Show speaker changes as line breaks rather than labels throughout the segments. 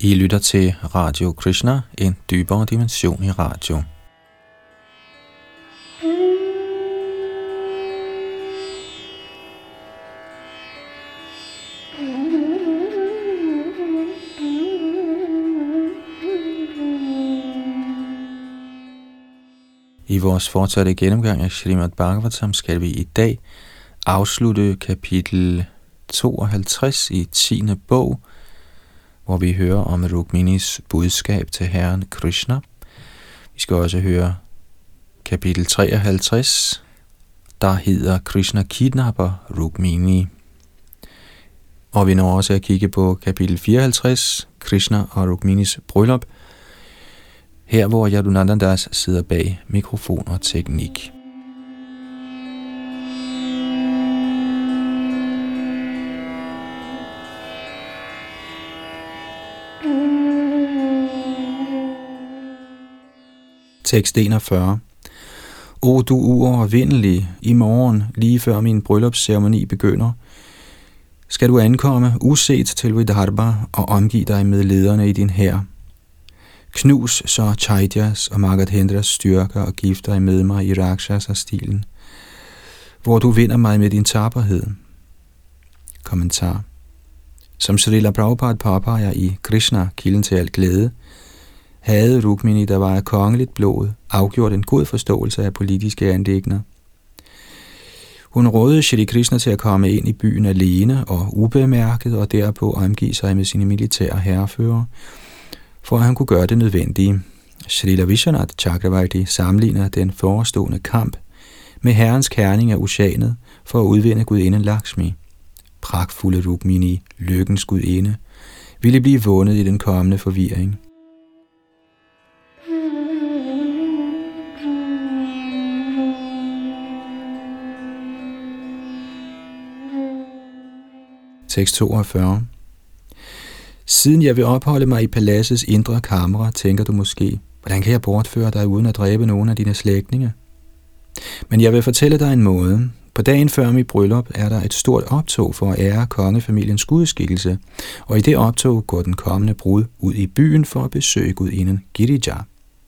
I lytter til Radio Krishna, en dybere dimension i radio. I vores fortsatte gennemgang af Srimad Bhagavatam skal vi i dag afslutte kapitel 52 i 10. bog, hvor vi hører om Rukminis budskab til Herren Krishna. Vi skal også høre kapitel 53, der hedder Krishna kidnapper Rukmini. Og vi når også at kigge på kapitel 54, Krishna og Rukminis bryllup, her hvor Yadunandandas sidder bag mikrofon og teknik. Tekst 41. O du uovervindelig, i morgen, lige før min bryllupsceremoni begynder, skal du ankomme uset til Vidarbha og omgive dig med lederne i din hær. Knus så Chaitya's og Magadhendras styrker og gift dig med mig i Rakshasa-stilen, hvor du vinder mig med din tapperhed. Kommentar. Som Srila Prabhupada påpeger i Krishna, kilden til al glæde, havde Rukmini, der var af kongeligt blod, afgjort en god forståelse af politiske anliggender. Hun rådede Shri Krishna til at komme ind i byen alene og ubemærket og derpå omgive sig med sine militære hærfører, for at han kunne gøre det nødvendige. Srila Vishwanath Chakravarti sammenligner den forestående kamp med herrens kærning af oceanet for at udvinde gudinden Lakshmi. Pragtfulde Rukmini, lykkens gudinde, ville blive vundet i den kommende forvirring. Tekst 42. Siden jeg vil opholde mig i paladsets indre kamre, tænker du måske, hvordan kan jeg bortføre dig uden at dræbe nogen af dine slægtninge? Men jeg vil fortælle dig en måde. På dagen før mit bryllup er der et stort optog for at ære kongefamiliens gudskikkelse, og i det optog går den kommende brud ud i byen for at besøge gudinden Girija.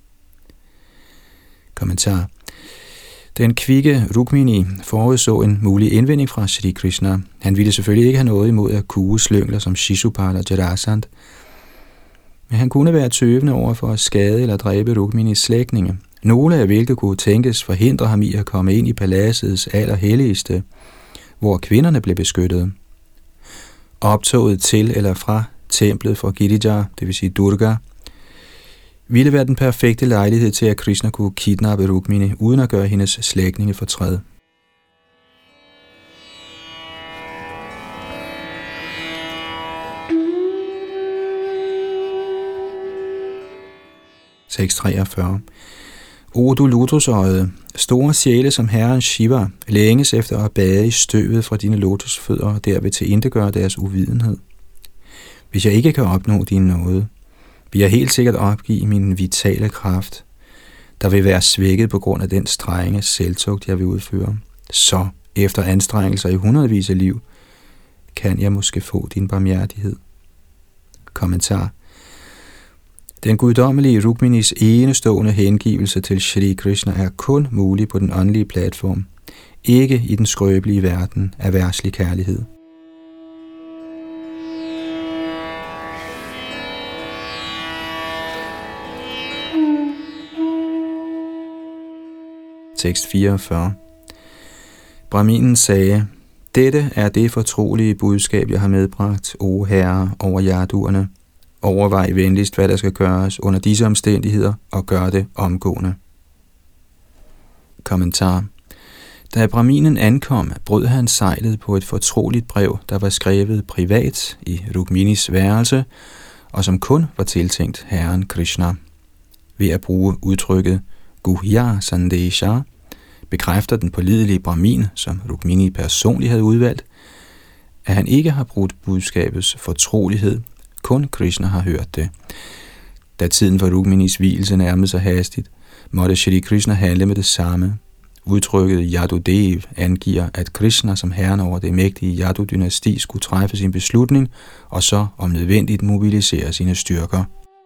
Kommentar. Den kvikke Rukmini forudså en mulig indvending fra Shri Krishna. Han ville selvfølgelig ikke have noget imod at kue slyngler som Shishupala og Jarasandh, men han kunne være tøvende over for at skade eller dræbe Rukminis slægtninge. Nogle af hvilke kunne tænkes forhindre ham i at komme ind i paladsets allerhelligste, hvor kvinderne blev beskyttet. Optoget til eller fra templet for Girija, det vil sige Durga, ville være den perfekte lejlighed til, at Krishna kunne kidnappe Rukmini, uden at gøre hendes slægtninge fortræd. Tekst 43. O du lotusøjede, store sjæle som herren Shiva, længes efter at bade i støvet fra dine lotusfødder og derved tilintetgøre deres uvidenhed. Hvis jeg ikke kan opnå din nåde, vil jeg helt sikkert opgive min vitale kraft, der vil være svækket på grund af den strenge selvtugt, jeg vil udføre. Så, efter anstrengelser i hundredvis af liv, kan jeg måske få din barmhjertighed. Kommentar. Den guddommelige Rukminis enestående hengivelse til Shri Krishna er kun mulig på den åndelige platform, ikke i den skrøbelige verden af verdslig kærlighed. Tekst 44. Brahminen sagde, dette er det fortrolige budskab, jeg har medbragt, o herre over jaduerne. Overvej venligst, hvad der skal gøres under disse omstændigheder, og gør det omgående. Kommentar. Da Brahminen ankom, brød han sejlet på et fortroligt brev, der var skrevet privat i Rukminis værelse, og som kun var tiltænkt herren Krishna. Ved at bruge udtrykket Guhya Sandesha, bekræfter den pålidelige Brahmin, som Rukmini personligt havde udvalgt, at han ikke har brudt budskabets fortrolighed, kun Krishna har hørt det. Da tiden for Rukminis vielse nærmede sig hastigt, måtte Shri Krishna handle med det samme. Udtrykket Yadudev angiver, at Krishna som herren over det mægtige Yadu-dynasti skulle træffe sin beslutning, og så om nødvendigt mobilisere sine styrker.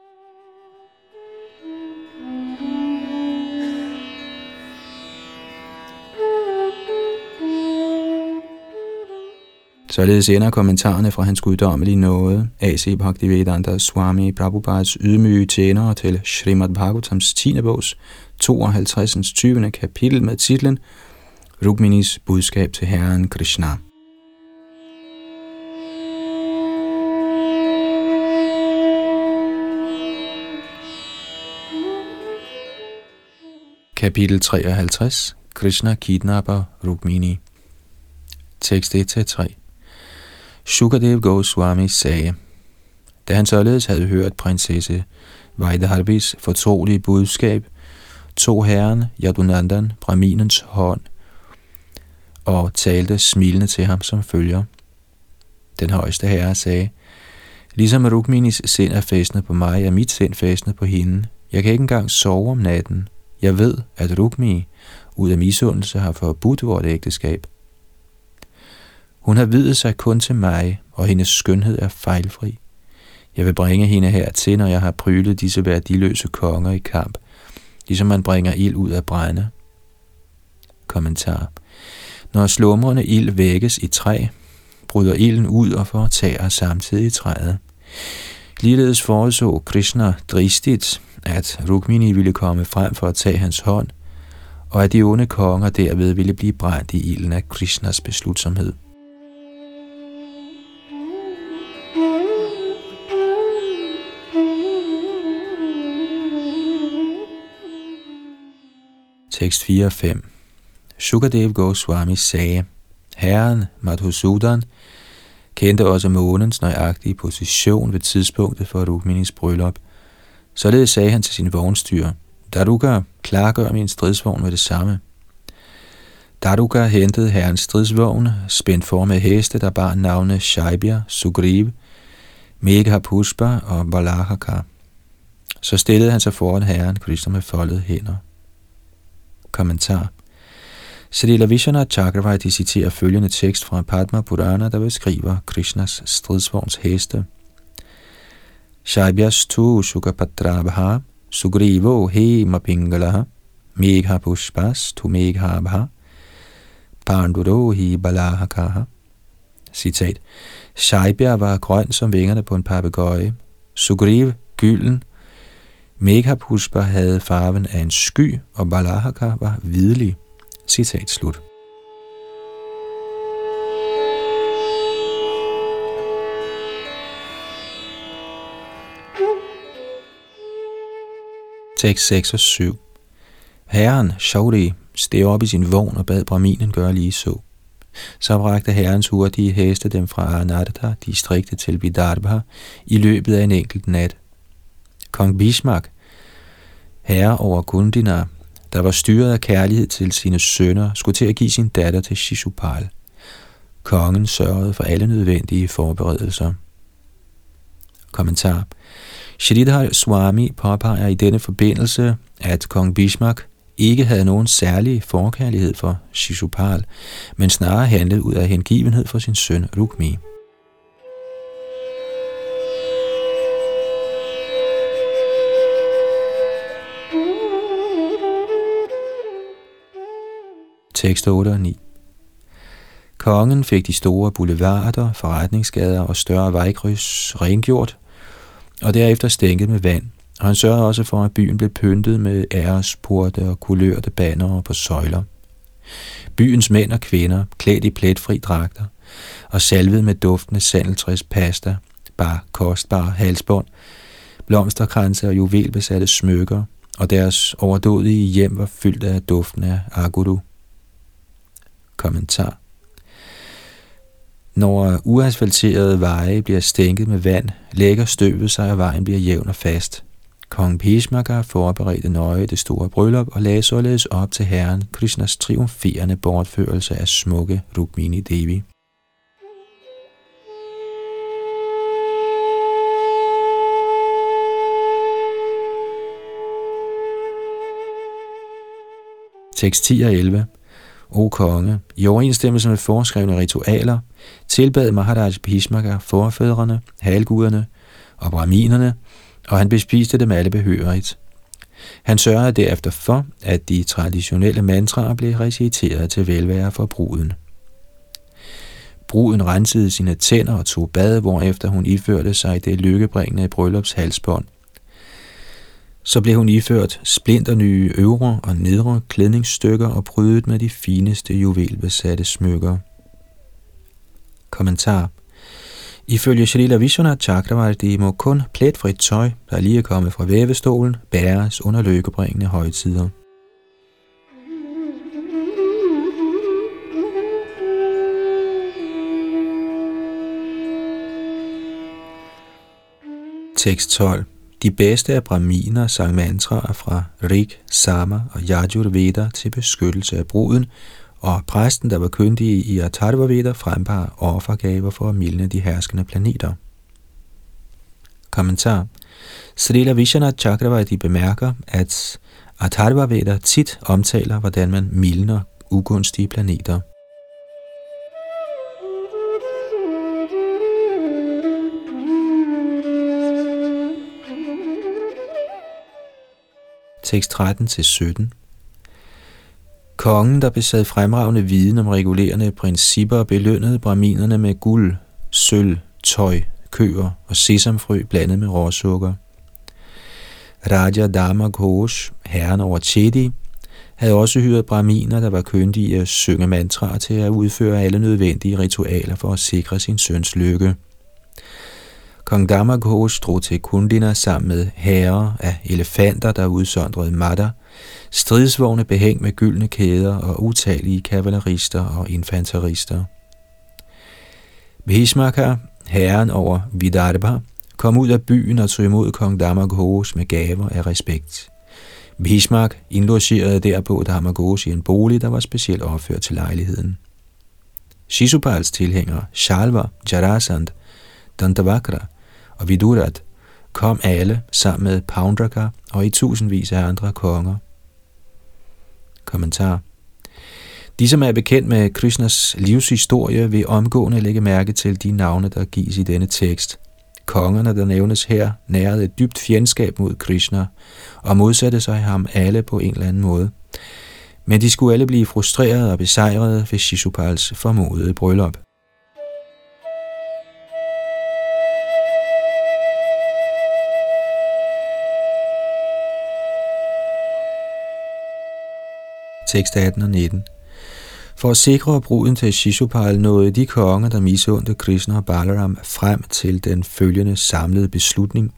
Således ender kommentarerne fra hans guddommelige nåde, A.C. Bhaktivedanta Swami Prabhupads ydmyge tjenere til Srimad Bhagavatams 10. bogs 52. 20. kapitel med titlen Rukminis budskab til Herren Krishna. Kapitel 53. Krishna kidnapper Rukmini. Tekst 1-3. Shukadev Goswami sagde, da han således havde hørt prinsesse Vaidarbis fortrolige budskab, tog herren Yadunandan Brahminens hånd og talte smilende til ham som følger. Den højeste herre sagde, ligesom Rukminis sind er fæstnet på mig, er mit sind fæstnet på hende. Jeg kan ikke engang sove om natten. Jeg ved, at Rukmini ud af misundelse har forbudt vort ægteskab. Hun har viet sig kun til mig, og hendes skønhed er fejlfri. Jeg vil bringe hende hertil, når jeg har prylet disse værdiløse konger i kamp, ligesom man bringer ild ud af brænde. Kommentar. Når slumrende ild vækkes i træ, bryder ilden ud og fortager samtidig træet. Ligeledes foreså Krishna dristigt, at Rukmini ville komme frem for at tage hans hånd, og at de onde konger derved ville blive brændt i ilden af Krishnas beslutsomhed. Tekst 4-5. Shukadev Goswami sagde, herren Madhusudan kendte også månens nøjagtige position ved tidspunktet for Rukminis bryllup. Således sagde han til sin vognstyr, Daruka, klargør min stridsvogn med det samme. Daruka hentede herrens stridsvogn, spændt for med heste, der bar navne Shaibya, Sugriv, Meghapushpa og Balahaka. Så stillede han sig foran herren Krishna med foldede hænder. Kommentar. Srila Vishwanath Chakravarti citerer følgende tekst fra Padma Purana, der beskriver Krishnas stridsvogns heste. Shaibhyas tu Shukapatrabha, Sugrivo hema pingalaha, Meghapushpas tu Meghabha, Pandurohi balahakaha. Citat. Shaibya var grøn som vingerne på en papegøje, Sugriv gylden, Meghapushpa havde farven af en sky, og Balahaka var hvidlig. Citat slut. Tekst 6 og 7. Herren Shauri steg op i sin vogn og bad Brahminen gøre lige så. Så bragte herrens hurtige heste dem fra Anadata distriktet til Vidarbha i løbet af en enkelt nat. Kong Bhishmak, herre over Gundina, der var styret af kærlighed til sine sønner, skulle til at give sin datter til Shishupal. Kongen sørgede for alle nødvendige forberedelser. Kommentar. Sridhar Swami påpeger i denne forbindelse, at kong Bhishmak ikke havde nogen særlig forkærlighed for Shishupal, men snarere handlede ud af hengivenhed for sin søn Rukmi. Tekst 8 og 9. Kongen fik de store boulevarder, forretningsgader og større vejkryds rengjort, og derefter stænket med vand, og han sørgede også for, at byen blev pyntet med æresporte og kulørte bannere på søjler. Byens mænd og kvinder, klædt i pletfri dragter, og salvet med duftende sandeltræspasta, bar kostbare halsbånd, blomsterkranse og juvelbesatte smykker, og deres overdådige hjem var fyldt af duften af aguru. Kommentar. Når uasfalterede veje bliver stænket med vand, lægger støvet sig, og vejen bliver jævn og fast. Kong Bhishmaka forberedte nøje det store bryllup og lagde således op til herren Krishnas triumferende bortførelse af smukke Rukmini Devi. Tekst 10 og 11. O konge, i overensstemmelse med foreskrevne ritualer, tilbad Maharaj Bhishmaka forfædrene, halvguderne og brahminerne, og han bespiste dem alle behørigt. Han sørgede derefter for, at de traditionelle mantraer blev reciteret til velvære for bruden. Bruden rensede sine tænder og tog bad, hvorefter hun iførte sig det lykkebringende bryllupshalsbånd. Så blev hun iført splinternye øvre og nedre klædningsstykker og prydet med de fineste juvelbesatte smykker. Kommentar. Ifølge Shrila Vishwanath Chakravarti må kun pletfrit tøj, der lige er kommet fra vævestolen, bæres under lykkebringende højtider. Tekst 12. De bedste af brahminer sang mantraer fra Rig, Sama og Yajurveda til beskyttelse af bruden, og præsten, der var kyndig i Atharvaveda, frembar offergaver for at mildne de herskende planeter. Kommentar. Srila Vishwanath Chakravarti bemærker, at Atharvaveda tit omtaler, hvordan man mildner ugunstige planeter. Tekst 13-17. Kongen, der besad fremragende viden om regulerende principper, belønnede brahminerne med guld, sølv, tøj, køer og sesamfrø blandet med råsukker. Raja Dharma Ghosh, herren over Chedi, havde også hyret brahminer, der var kyndige i at synge mantraer til at udføre alle nødvendige ritualer for at sikre sin søns lykke. Kong Dharma Ghosh drog til Kundina sammen med herrer af elefanter, der udsondrede matter, stridsvogne behængt med gyldne kæder og utallige kavalerister og infanterister. Bhishmaka, herren over Vidarbha, kom ud af byen og tog imod kong Dharma Ghosh med gaver af respekt. Bhishmak indlogerede derpå Dharma Ghosh i en bolig, der var specielt opført til lejligheden. Shishupals tilhængere, Shalva, Jarasandh, Dantavakra og Vidurat kom alle sammen med Paundraka og i tusindvis af andre konger. Kommentar. De, som er bekendt med Krishnas livshistorie, vil omgående lægge mærke til de navne, der gives i denne tekst. Kongerne, der nævnes her, nærede et dybt fjendskab mod Krishna og modsatte sig ham alle på en eller anden måde. Men de skulle alle blive frustrerede og besejrede ved Shishupals formodede bryllup. Tekst 18 og 19. For at sikre bruden til Shishupal nåede de konger, der misundte Krishna og Balaram, frem til den følgende samlede beslutning.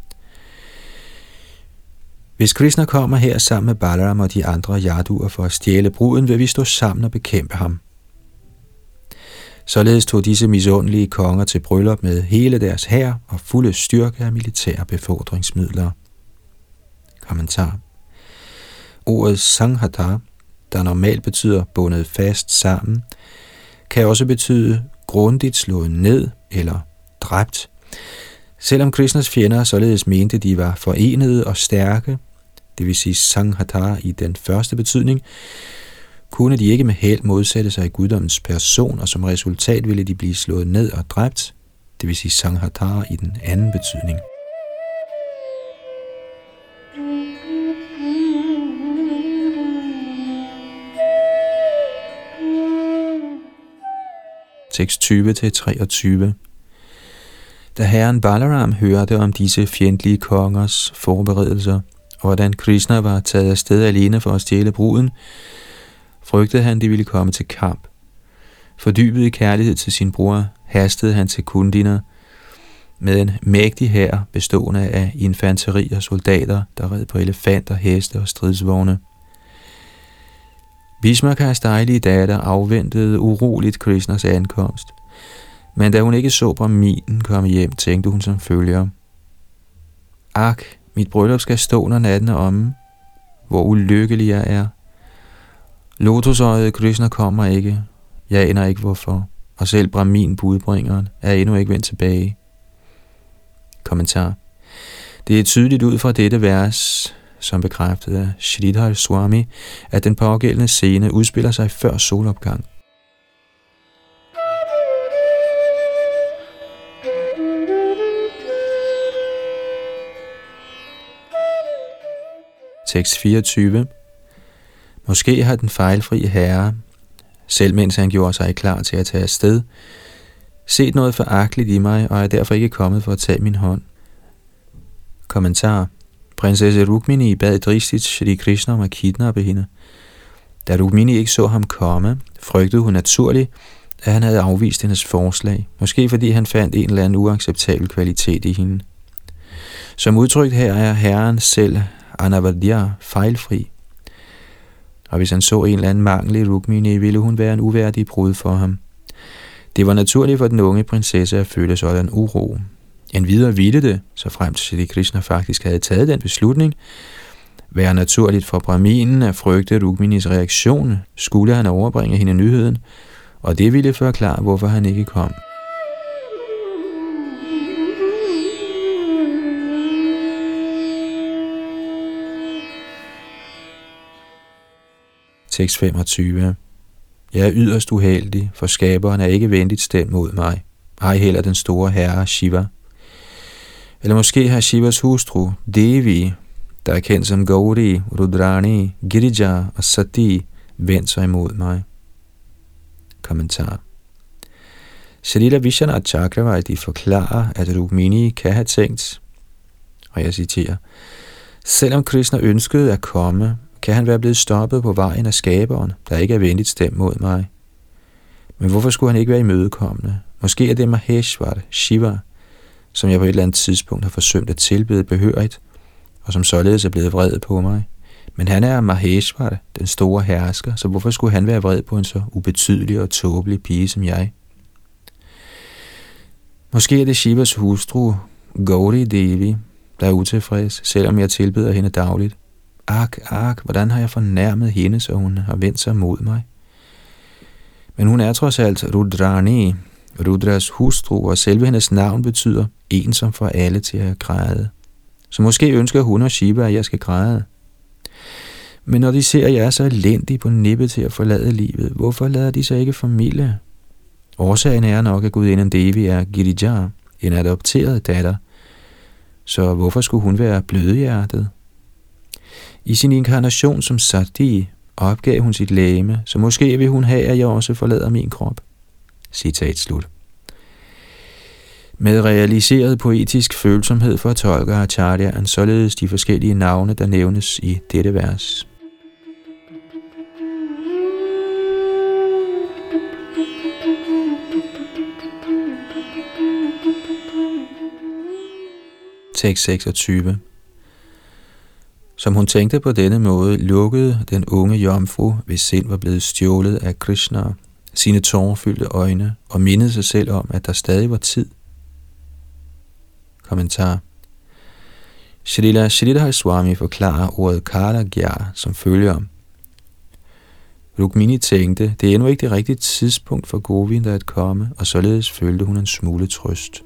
Hvis Krishna kommer her sammen med Balaram og de andre yaduer for at stjæle bruden, vil vi stå sammen og bekæmpe ham. Således tog disse misundelige konger til bryllup med hele deres hær og fulde styrke af militære befordringsmidler. Kommentar. Ordet Sanghata, der normalt betyder bundet fast sammen, kan også betyde grundigt slået ned eller dræbt. Selvom Krishnas fjender således mente, de var forenede og stærke, det vil sige Sanghata i den første betydning, kunne de ikke med held modsætte sig guddommens person, og som resultat ville de blive slået ned og dræbt, det vil sige Sanghata i den anden betydning. Tekst 20-23. Da herren Balaram hørte om disse fjendtlige kongers forberedelser, og hvordan Krishna var taget afsted alene for at stjæle bruden, frygtede han, de ville komme til kamp. Fordybet i kærlighed til sin bror, hastede han til Kundina med en mægtig hær bestående af infanteri og soldater, der red på elefanter, heste og stridsvogne. Bhishmakas dejlige datter afventede uroligt Krishnas ankomst, men da hun ikke så brahminen komme hjem, tænkte hun som følger: Ak, mit bryllup skal stå, når natten er omme. Hvor ulykkelig jeg er. Lotusøjet Krishna kommer ikke. Jeg aner ikke hvorfor, og selv brahmin budbringeren er endnu ikke vendt tilbage. Kommentar. Det er tydeligt ud fra dette vers, som bekræftede af Sridhar Swami, at den pågældende scene udspiller sig før solopgang. Tekst 24. Måske har den fejlfri herre, selv mens han gjorde sig klar til at tage afsted, set noget foragteligt i mig, og er derfor ikke kommet for at tage min hånd. Kommentar. Prinsesse Rukmini bad dristigt Shri Krishna om at kidnappe hende. Da Rukmini ikke så ham komme, frygtede hun naturligt, at han havde afvist hendes forslag, måske fordi han fandt en eller anden uacceptabel kvalitet i hende. Som udtrykt her er herren selv Anavadya fejlfri. Og hvis han så en eller anden mangel i Rukmini, ville hun være en uværdig brud for ham. Det var naturligt for den unge prinsesse at føle sådan uro. Endvidere ville det, så frem til Shri Krishna faktisk havde taget den beslutning, være naturligt for Brahminen at frygte Rukminis reaktion, skulle han overbringe hende nyheden, og det ville forklare, hvorfor han ikke kom. Tekst 25. Jeg er yderst uheldig, for skaberen er ikke venligt stemt mod mig. Ej heller den store herre Shiva. Eller måske har Shivas hustru, Devi, der er kendt som Gauri, Rudrani, Girija og Sati, vendt sig imod mig. Kommentar. Srila Vishwanath Chakravarti forklarer, at Rukmini kan have tænkt, og jeg citerer, selvom Krishna ønskede at komme, kan han være blevet stoppet på vejen af skaberen, der ikke er venligt stemt mod mig. Men hvorfor skulle han ikke være imødekommende? Måske er det Maheshwar, Shiva, som jeg på et eller andet tidspunkt har forsømt at tilbede behørigt, og som således er blevet vred på mig. Men han er Maheshwar, den store hersker, så hvorfor skulle han være vred på en så ubetydelig og tåbelig pige som jeg? Måske er det Shivas hustru, Gauri Devi, der er utilfreds, selvom jeg tilbeder hende dagligt. Ak, hvordan har jeg fornærmet hende, så hun har vendt sig mod mig? Men hun er trods alt Rudrani, Rudras hustru, og selve hendes navn betyder en, som får alle til at græde. Så måske ønsker hun og Shiva, at jeg skal græde. Men når de ser, at jeg er så elendig på nippet til at forlade livet, hvorfor lader de så ikke familie? Årsagen er nok, at gudinden Devi er Girija, en adopteret datter. Så hvorfor skulle hun være blødhjertet? I sin inkarnation som Sati opgav hun sit legeme, så måske vil hun have, at jeg også forlader min krop. Citat slut. Med realiseret poetisk følsomhed fortolker Acharyaen således de forskellige navne, der nævnes i dette vers. Tekst 26. Som hun tænkte på denne måde, lukkede den unge jomfru, hvis sind var blevet stjålet af Krishna, sine tårerfyldte øjne og mindede sig selv om, at der stadig var tid. Kommentar. Srila Sridhar Swami forklarer ordet Kalagya som følger. Rukmini tænkte, det er endnu ikke det rigtige tidspunkt for Govinda at komme, og således følte hun en smule trøst.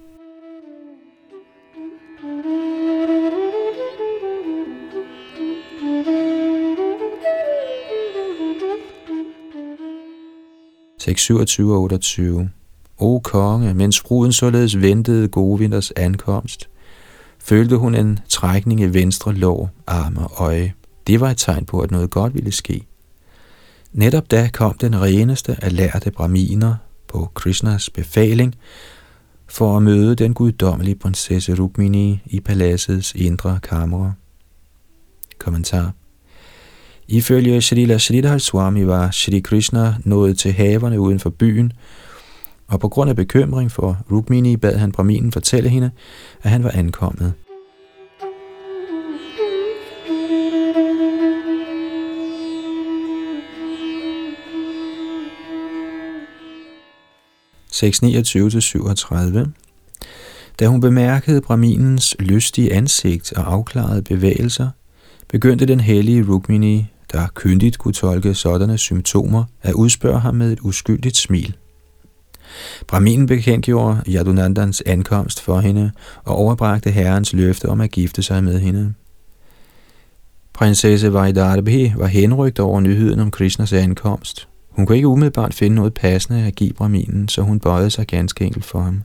Tekst 27 og 28. O konge, mens fruden således ventede Govindas ankomst, følte hun en trækning i venstre lår, arm og øje. Det var et tegn på, at noget godt ville ske. Netop da kom den reneste af lærte brahminer på Krishnas befaling for at møde den guddommelige prinsesse Rukmini i paladsets indre kamre. Kommentar. Ifølge Srila Sridhar Swami var Shri Krishna nået til haverne uden for byen, og på grund af bekymring for Rukmini bad han brahminen fortælle hende, at han var ankommet. Tekst 29-37. Da hun bemærkede brahminens lystige ansigt og afklarede bevægelser, begyndte den hellige Rukmini, der kyndigt kunne tolke sådanne symptomer, at udspørge ham med et uskyldigt smil. Brahminen bekendtgjorde Yadunandans ankomst for hende og overbragte herrens løfte om at gifte sig med hende. Prinsesse Vaidarbhi var henrygt over nyheden om Krishnas ankomst. Hun kunne ikke umiddelbart finde noget passende at give Brahminen, så hun bøjede sig ganske enkelt for ham.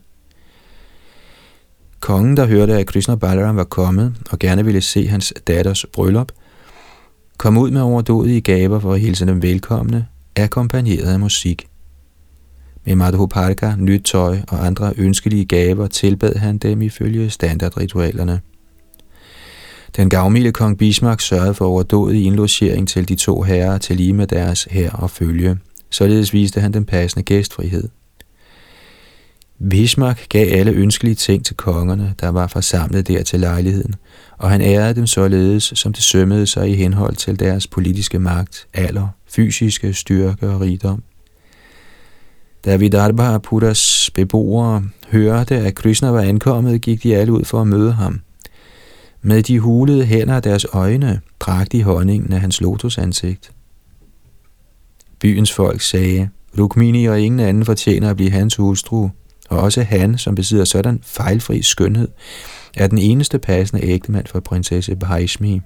Kongen, der hørte, at Krishna Balaram var kommet og gerne ville se hans datters bryllup, kom ud med overdådige gaver for at hilse dem velkomne, akkompagneret af musik. Med Madhuparka, nyt tøj og andre ønskelige gaver tilbad han dem ifølge standardritualerne. Den gavmilde kong Bismarck sørgede for overdådig indlogering til de to herrer til lige med deres hær og følge. Således viste han den passende gæstfrihed. Bismarck gav alle ønskelige ting til kongerne, der var forsamlet der til lejligheden, og han ærede dem således, som det sømmede sig i henhold til deres politiske magt, alder, fysiske styrke og rigdom. Da Vidarbhapuras beboere hørte, at Krishna var ankommet, gik de alle ud for at møde ham. Med de hulede hænder af deres øjne drak de honningen af hans lotusansigt. Byens folk sagde, Rukmini og ingen anden fortjener at blive hans hustru, og også han, som besidder sådan fejlfri skønhed, er den eneste passende ægtemand for prinsesse Bhaishmi.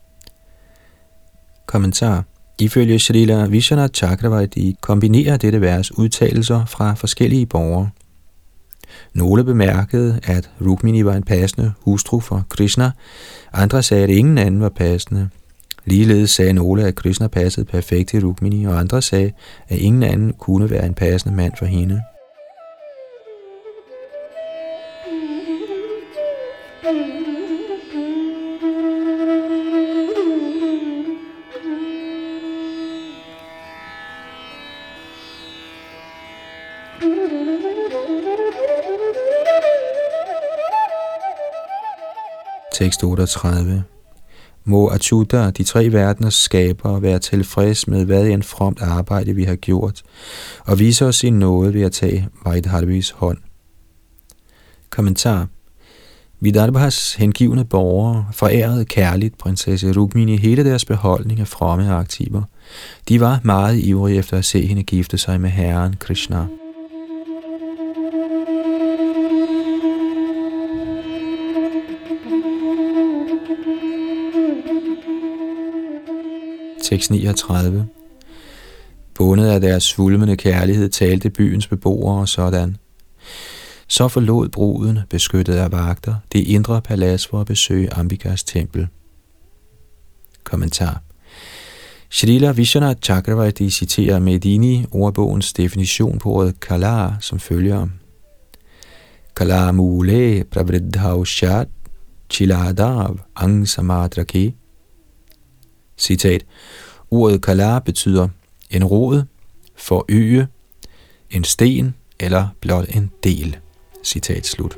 Kommentar. Ifølge Srila Vishwanath Chakravarti kombinerer dette vers udtalelser fra forskellige borgere. Nogle bemærkede, at Rukmini var en passende hustru for Krishna, andre sagde, at ingen anden var passende. Ligeledes sagde nogle, at Krishna passede perfekt til Rukmini, og andre sagde, at ingen anden kunne være en passende mand for hende. Tekst 38. Må Achyuta, de tre verdeners skabere, være tilfreds med hvad en fromt arbejde vi har gjort, og vise os sin nåde ved at tage Vaidarbhis hånd. Kommentar. Vidarbhas hengivne borgere forærede kærligt prinsesse Rukmini hele deres beholdning af fromme aktiver. De var meget ivrige efter at se hende gifte sig med herren Krishna. Tekst 39. Bundet af deres svulmende kærlighed talte byens beboere sådan. Så forlod bruden, beskyttet af vagter, det indre palads for at besøge Ambikas tempel. Kommentar. Srila Vishwanath Chakravarti citerer Medini ordbogens definition på ordet kala som følger. Kala mule pravriddhaushat chiladav angsamadhrake. Citat. Ordet kala betyder en rod, forøge, en sten eller blot en del. Citat slut.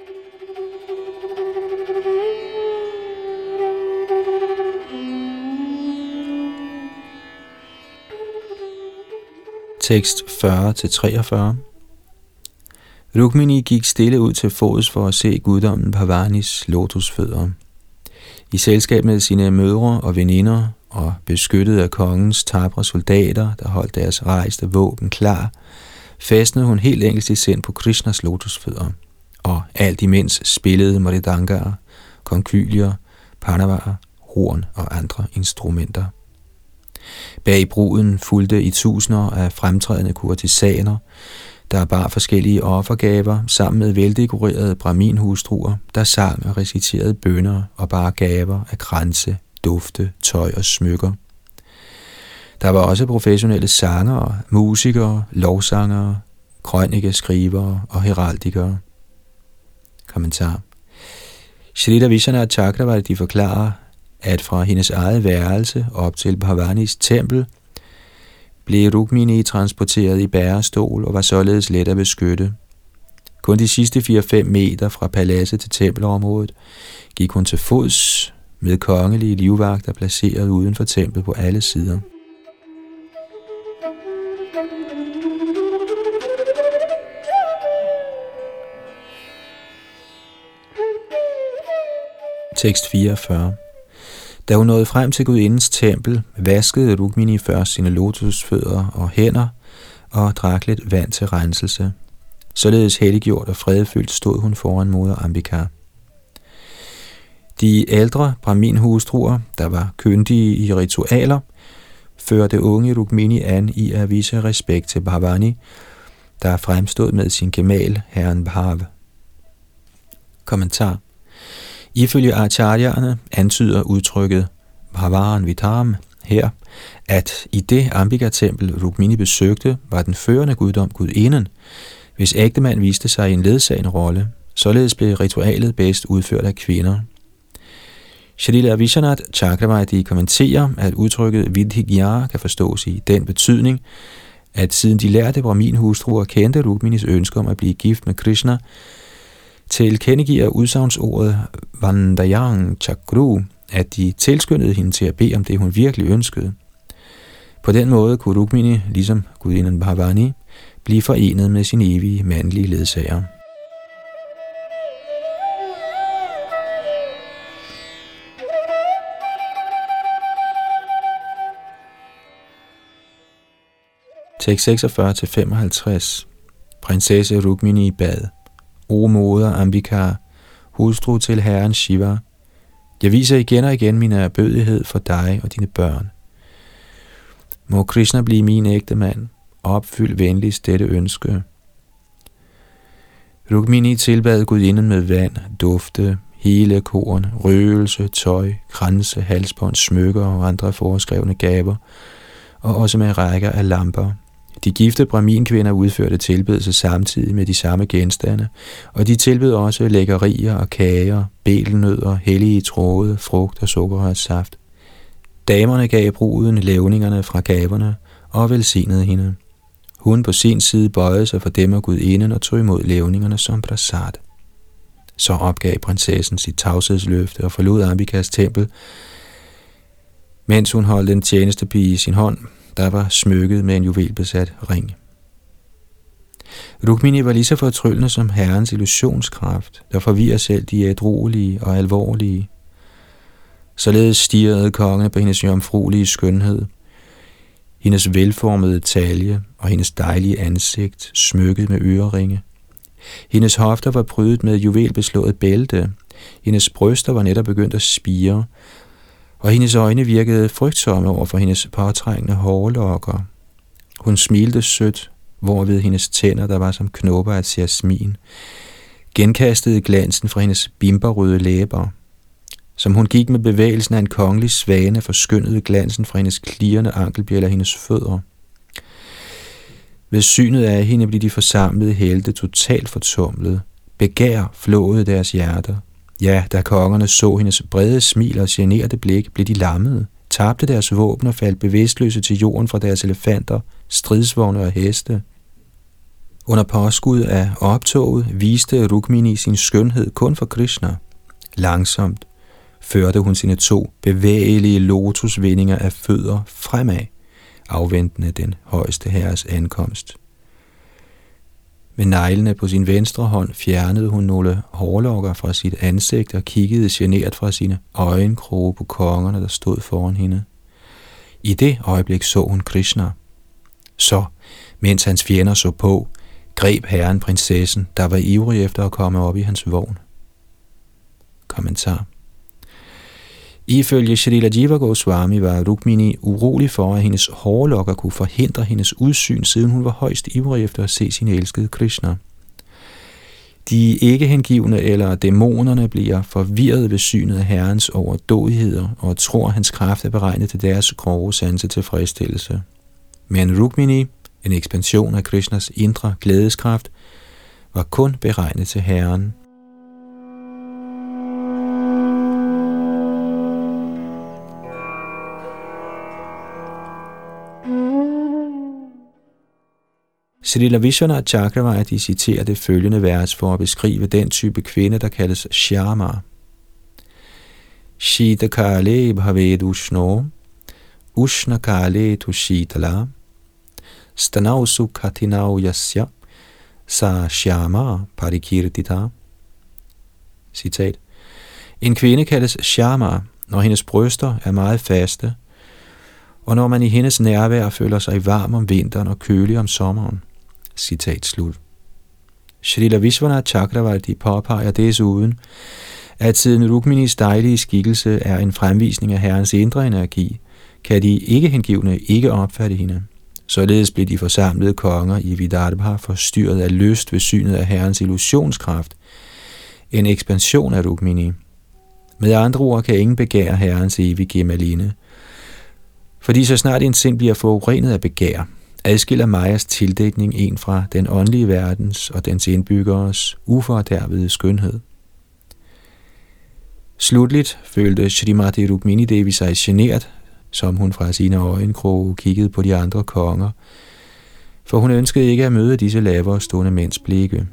Tekst 40-43. Rukmini gik stille ud til fods for at se guddommen Bhavanis lotusfødder. I selskab med sine mødre og veninder og beskyttet af kongens tapre soldater, der holdt deres rejste våben klar, fastnede hun helt enkelt i sind på Krishnas lotusfødder, og alt imens spillede mridangaer, konkylier, panavarer, horn og andre instrumenter. Bag bruden fulgte i tusinder af fremtrædende kurtisaner, der bar forskellige offergaver sammen med veldekorerede brahminhustruer, der sang og reciterede bønner og bar gaver af kranse, dufte, tøj og smykker. Der var også professionelle sangere, musikere, lovsangere, krønikeskrivere og heraldikere. Kommentar. Srila Vishwanath Chakravarti forklarer, at fra hendes eget værelse op til Bhavanis tempel blev Rukmini transporteret i bærestol og var således let at beskytte. Kun de sidste 4-5 meter fra paladset til tempelområdet gik hun til fods med kongelige livvagter placeret uden for templet på alle sider. Tekst 44. Da hun nåede frem til gudindens tempel, vaskede Rukmini først sine lotusfødder og hænder og drak lidt vand til renselse. Således helliggjort og fredfyldt stod hun foran moder Ambika. De ældre brahmin-hustruer, der var kyndige i ritualer, førte unge Rukmini an i at vise respekt til Bhavani, der fremstod med sin gemal, herren Bhav. Kommentar. Ifølge acharyerne antyder udtrykket Bhavaran Vitaram her, at i det Ambika-tempel Rukmini besøgte, var den førende guddom gudinden, hvis ægtemand viste sig i en ledsagende rolle. Således blev ritualet bedst udført af kvinder. Shrila Vishwanath Chakravarti kommenterer, at udtrykket Vidhigya kan forstås i den betydning, at siden de lærte brahmin-hustruer kendte Rukminis ønske om at blive gift med Krishna, tilkendegiver udsagnordet Vandayang Chakru, at de tilskyndede hende til at bede om det, hun virkelig ønskede. På den måde kunne Rukmini, ligesom gudinden Bhavani, blive forenet med sin evige mandlige ledsager. Tekst 46-55. Prinsesse Rukmini bad: O moder Ambika, hustru til herren Shiva, jeg viser igen og igen min ærbødighed for dig og dine børn. Må Krishna blive min ægtemand, og opfyld venligst dette ønske. Rukmini tilbad gudinden med vand, dufte, hele korn, røgelse, tøj, kranse, halsbånd, smykker og andre foreskrevne gaver, og også med rækker af lamper. De gifte brahmin-kvinder udførte tilbedelse samtidig med de samme genstande, og de tilbød også lækkerier og kager, belnødder, hellige tråde, frugt og sukkerrørssaft. Damerne gav bruden levningerne fra gaverne og velsignede hende. Hun på sin side bøjede sig for dem og gudinden og tog imod levningerne som prasad. Så opgav prinsessen sit tavshedsløfte og forlod Ambikas tempel, mens hun holdt en tjenestepige i sin hånd, der var smykket med en juvelbesat ring. Rukmini var lige så fortryllende som herrens illusionskraft, der forvirrer selv de ædruelige og alvorlige. Således stirrede kongen på hendes jomfruelige skønhed, hendes velformede talje og hendes dejlige ansigt, smykket med øreringe. Hendes hofter var prydet med juvelbeslået bælte, hendes bryster var netop begyndt at spire, og hendes øjne virkede frygtsomme over for hendes påtrængende hårlokker. Hun smilte sødt, hvorved hendes tænder, der var som knopper af jasmin, genkastede glansen fra hendes bimberrøde læber. Som hun gik med bevægelsen af en kongelig svane, forskyndede glansen fra hendes klirrende ankelbjælder hendes fødder. Ved synet af hende blev de forsamlede helte totalt fortumlet. Begær flåede deres hjerter. Ja, da kongerne så hendes brede smil og generede blik, blev de lammede, tabte deres våben og faldt bevidstløse til jorden fra deres elefanter, stridsvogne og heste. Under påskud af optoget viste Rukmini sin skønhed kun for Krishna. Langsomt førte hun sine 2 bevægelige lotusvindinger af fødder fremad, afventende den højeste herres ankomst. Med neglene på sin venstre hånd fjernede hun nogle hårlokker fra sit ansigt og kiggede genert fra sine øjenkroge på kongerne, der stod foran hende. I det øjeblik så hun Krishna. Så, mens hans fjender så på, greb herren prinsessen, der var ivrig efter at komme op i hans vogn. Kommentar. Ifølge Shrila Jiva Goswami var Rukmini urolig for, at hendes hårlokker kunne forhindre hendes udsyn, siden hun var højst ivrig efter at se sin elskede Krishna. De ikke-hengivne eller dæmonerne bliver forvirret ved synet af herrens overdådigheder og tror, at hans kraft er beregnet til deres grove sanse tilfredsstillelse. Men Rukmini, en ekspansion af Krishnas indre glædeskraft, var kun beregnet til herren. Srila Vishwanath Chakravarti citerer det følgende vers for at beskrive den type kvinde, der kaldes Shyama. Shitakale bhaved ushno, ushnakale tu shitala, stanau sukhatinau yasya, sa Shyama parikirtita. Citat. En kvinde kaldes Shyama, når hendes bryster er meget faste, og når man i hendes nærvær føler sig varm om vinteren og kølig om sommeren. Citat slut. Shrila Vishwanath Chakravarti påpeger desuden, at siden Rukminis dejlige skikkelse er en fremvisning af herrens indre energi, kan de ikke-hengivne ikke opfatte hende. Således blev de forsamlede konger i Vidarbha forstyrret af lyst ved synet af herrens illusionskraft, en ekspansion af Rukmini. Med andre ord kan ingen begære herrens evige gemaline, fordi så snart en sind bliver forurenet af begær, adskiller Majas tildækning en fra den åndelige verdens og dens indbyggeres ufordærvede skønhed. Slutligt følte Shrimati Rukmini Devi sig genert, som hun fra sine øjenkroge kiggede på de andre konger, for hun ønskede ikke at møde disse lavere stående mænds blikke.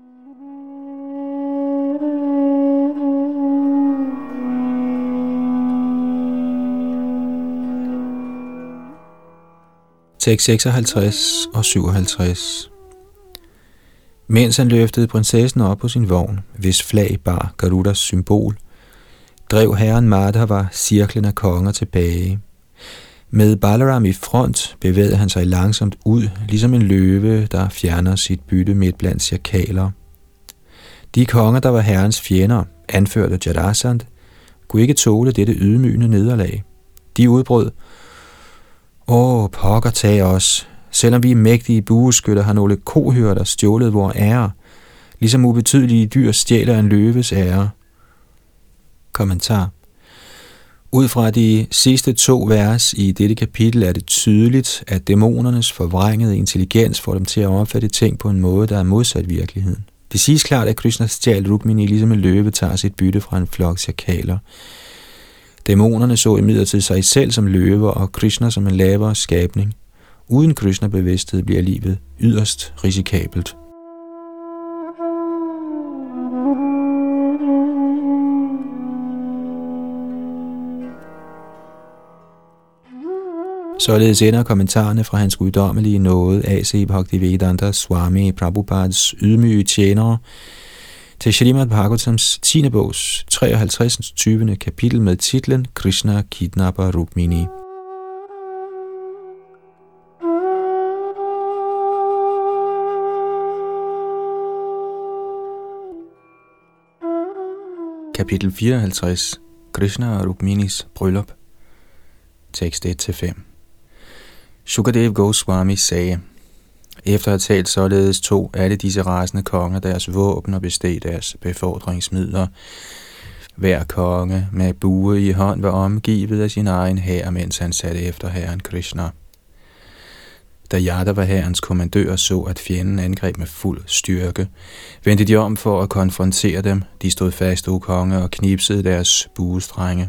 Tekst 56 og 57. Mens han løftede prinsessen op på sin vogn, hvis flag bar Garudas symbol, drev herren Madhava cirklen af konger tilbage. Med Balaram i front bevægede han sig langsomt ud, ligesom en løve, der fjerner sit bytte midt blandt cirkaler. De konger, der var herrens fjender, anførte Jarasandh, kunne ikke tåle dette ydmygende nederlag. De udbrød: pokker tag os. Selvom vi mægtige bueskytter har nogle kohyrder stjålet vor ære, ligesom ubetydelige dyr stjæler en løves ære. Kommentar. Ud fra de sidste 2 vers i dette kapitel er det tydeligt, at dæmonernes forvrængede intelligens får dem til at opfatte ting på en måde, der er modsat virkeligheden. Det siges klart, at Krishna stjal Rukmini, ligesom en løve tager sit bytte fra en flok sjakaler. Dæmonerne så imidlertid sig selv som løver og Krishna som en lavere skabning. Uden Krishna-bevidsthed bliver livet yderst risikabelt. Således ender kommentarerne fra hans guddommelige nåde A.C. Bhaktivedanta Swami Prabhupads ydmyge tjenere til Srimad Bhagavatams 10. bogs 53. 20. kapitel med titlen Krishna kidnapper Rukmini. Kapitel 54. Krishna og Rukminis bryllup. Tekst 1-5. Shukadev Goswami sagde: Efter at have talt således tog alle disse rasende konger deres våben og besteg deres befordringsmidler. Hver konge med bue i hånd var omgivet af sin egen hær, mens han satte efter herren Krishna. Da Yadava-hærens kommandører så, at fjenden angreb med fuld styrke, vendte de om for at konfrontere dem. De stod fast, o konge, og knipsede deres buestrenge.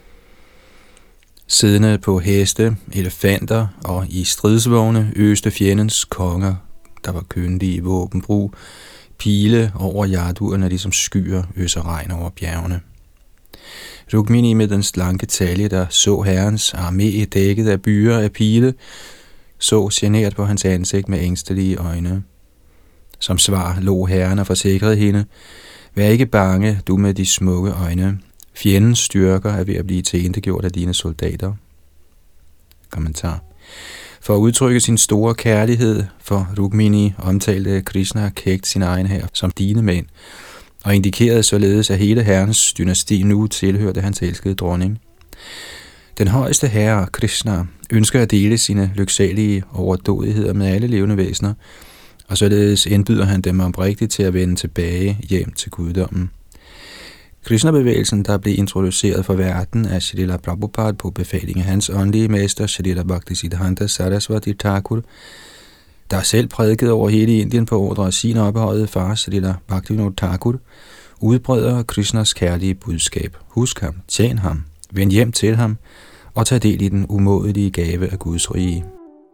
Siddende på heste, elefanter og i stridsvogne øste fjendens konger, der var kyndige i våbenbrug, pile over jaduerne, ligesom skyer øser regn over bjergene. Rukmini med den slanke talje, der så herrens armé dækket af byer af pile, så genert på hans ansigt med ængstelige øjne. Som svar lå herren og forsikrede hende: Vær ikke bange, du med de smukke øjne. Fjendens styrker er ved at blive tilintetgjort af dine soldater. Kommentar. For at udtrykke sin store kærlighed for Rukmini omtalte Krishna kægt sin egen hær som dine mænd, og indikerede således, at hele herrens dynasti nu tilhørte hans elskede dronning. Den højeste herre, Krishna, ønsker at dele sine lyksalige overdådigheder med alle levende væsener, og således indbyder han dem oprigtigt til at vende tilbage hjem til guddommen. Krishna-bevægelsen, der blev introduceret for verden af Srila Prabhupada på befaling af hans åndelige mester, Srila Bhaktisiddhanta Saraswati Thakur, der selv prædikede over hele Indien på ordre af sin ophøjede far, Srila Bhaktivinoda Thakur, udbreder Krishnas kærlige budskab. Husk ham, tjen ham, vend hjem til ham og tag del i den umådelige gave af Guds rige.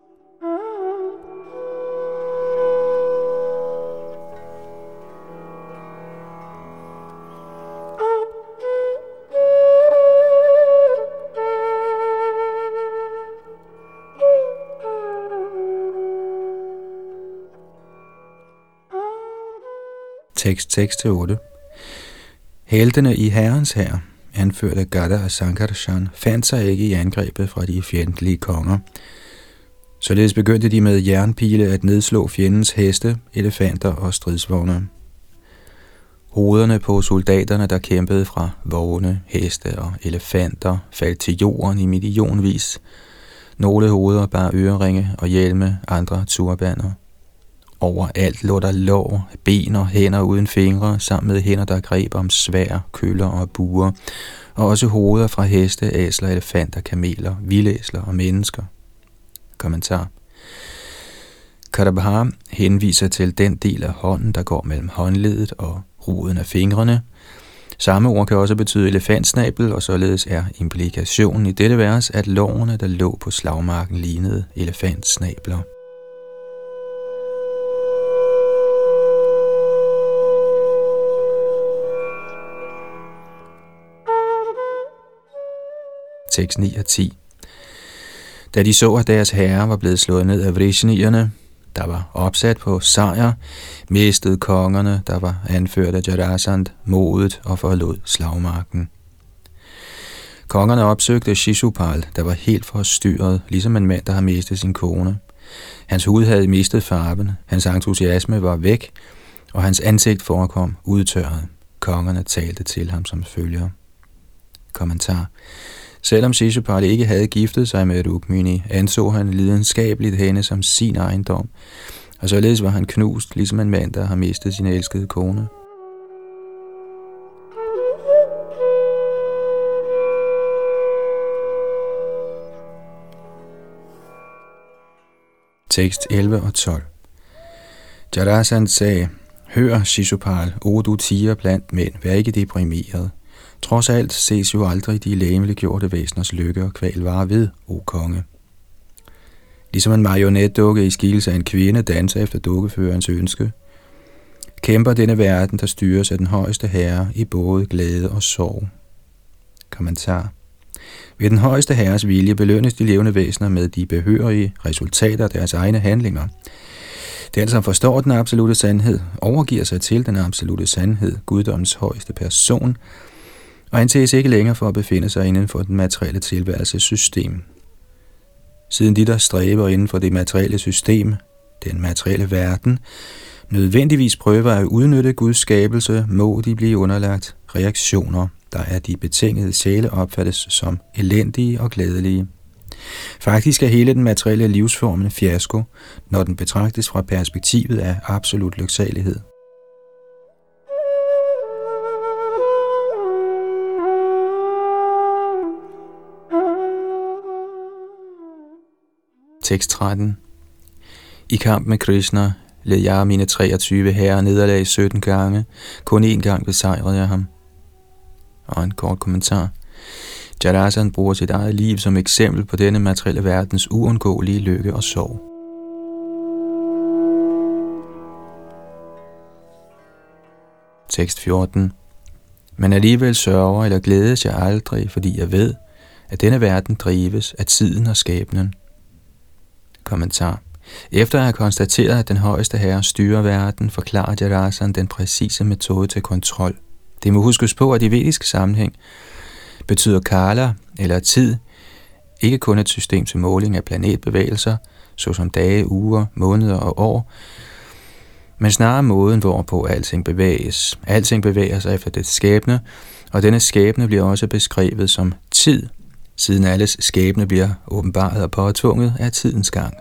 Tekst 6-8. Heltene i herrens hær, anført af Gada og Sankarshan, fandt sig ikke i angrebet fra de fjendtlige konger. Således begyndte de med jernpile at nedslå fjendens heste, elefanter og stridsvogne. Hovederne på soldaterne, der kæmpede fra vogne, heste og elefanter, faldt til jorden i millionvis. Nogle hoveder bar øreringe og hjelme, andre turbaner. Overalt lå der lår, ben og hænder uden fingre, sammen med hænder, der greb om sværd, køller og buer, og også hoveder fra heste, æsler, elefanter, kameler, vildæsler og mennesker. Kommentar. Kadabhar henviser til den del af hånden, der går mellem håndleddet og roden af fingrene. Samme ord kan også betyde elefantsnabel, og således er implikationen i dette vers, at lårene, der lå på slagmarken, lignede elefantsnabler. Tekst 9 og 10. Da de så, at deres herre var blevet slået ned af vrishnierne, der var opsat på sejr, mistede kongerne, der var anført af Jarasandh, modet og forlod slagmarken. Kongerne opsøgte Shishupal, der var helt forstyrret, ligesom en mand, der har mistet sin kone. Hans hud havde mistet farven, hans entusiasme var væk, og hans ansigt forekom udtørret. Kongerne talte til ham som følger. Kommentar. Selvom Shishupal ikke havde giftet sig med Rukmini, anså han lidenskabeligt hende som sin ejendom, og således var han knust, ligesom en mand, der har mistet sin elskede kone. Tekst 11 og 12. Jarasandh sagde, hør Shishupal, o du tiger blandt mænd, vær ikke deprimeret. Trods alt ses jo aldrig de legemliggjorte væseners lykke og kval vare ved, o konge. Ligesom en marionetdukke i skikkelse af en kvinde danser efter dukkeførerens ønske, kæmper denne verden, der styres af den højeste herre i både glæde og sorg. Kommentar. Ved den højeste herres vilje belønnes de levende væsener med de behørige resultater af deres egne handlinger. Den, som forstår den absolute sandhed, overgiver sig til den absolute sandhed, guddommens højeste person, og anses ikke længere for at befinde sig inden for den materielle tilværelsessystem. Siden de, der stræber inden for det materielle system, den materielle verden, nødvendigvis prøver at udnytte Guds skabelse, må de blive underlagt reaktioner, der af de betingede sjæle opfattes som elendige og glædelige. Faktisk er hele den materielle livsform en fiasko, når den betragtes fra perspektivet af absolut lyksalighed. Tekst 13. I kamp med Krishna led jeg mine 23 herrer nederlag 17 gange, kun 1 gang besejrede jeg ham. Og en kort kommentar. Jarasandh bruger sit eget liv som eksempel på denne materielle verdens uundgåelige lykke og sorg. Tekst 14. Men alligevel sørger eller glædes jeg aldrig, fordi jeg ved, at denne verden drives af tiden og skæbnen. Kommentar. Efter at have konstateret, at den højeste herre styrer verden, forklarer Jarasandh den præcise metode til kontrol. Det må huskes på, at i vedisk sammenhæng betyder kala, eller tid, ikke kun et system til måling af planetbevægelser, såsom dage, uger, måneder og år, men snarere måden, hvorpå alting bevæges. Alting bevæger sig efter dets skæbne, og denne skæbne bliver også beskrevet som tid, siden alles skæbne bliver åbenbaret og påtvunget af tidens gang.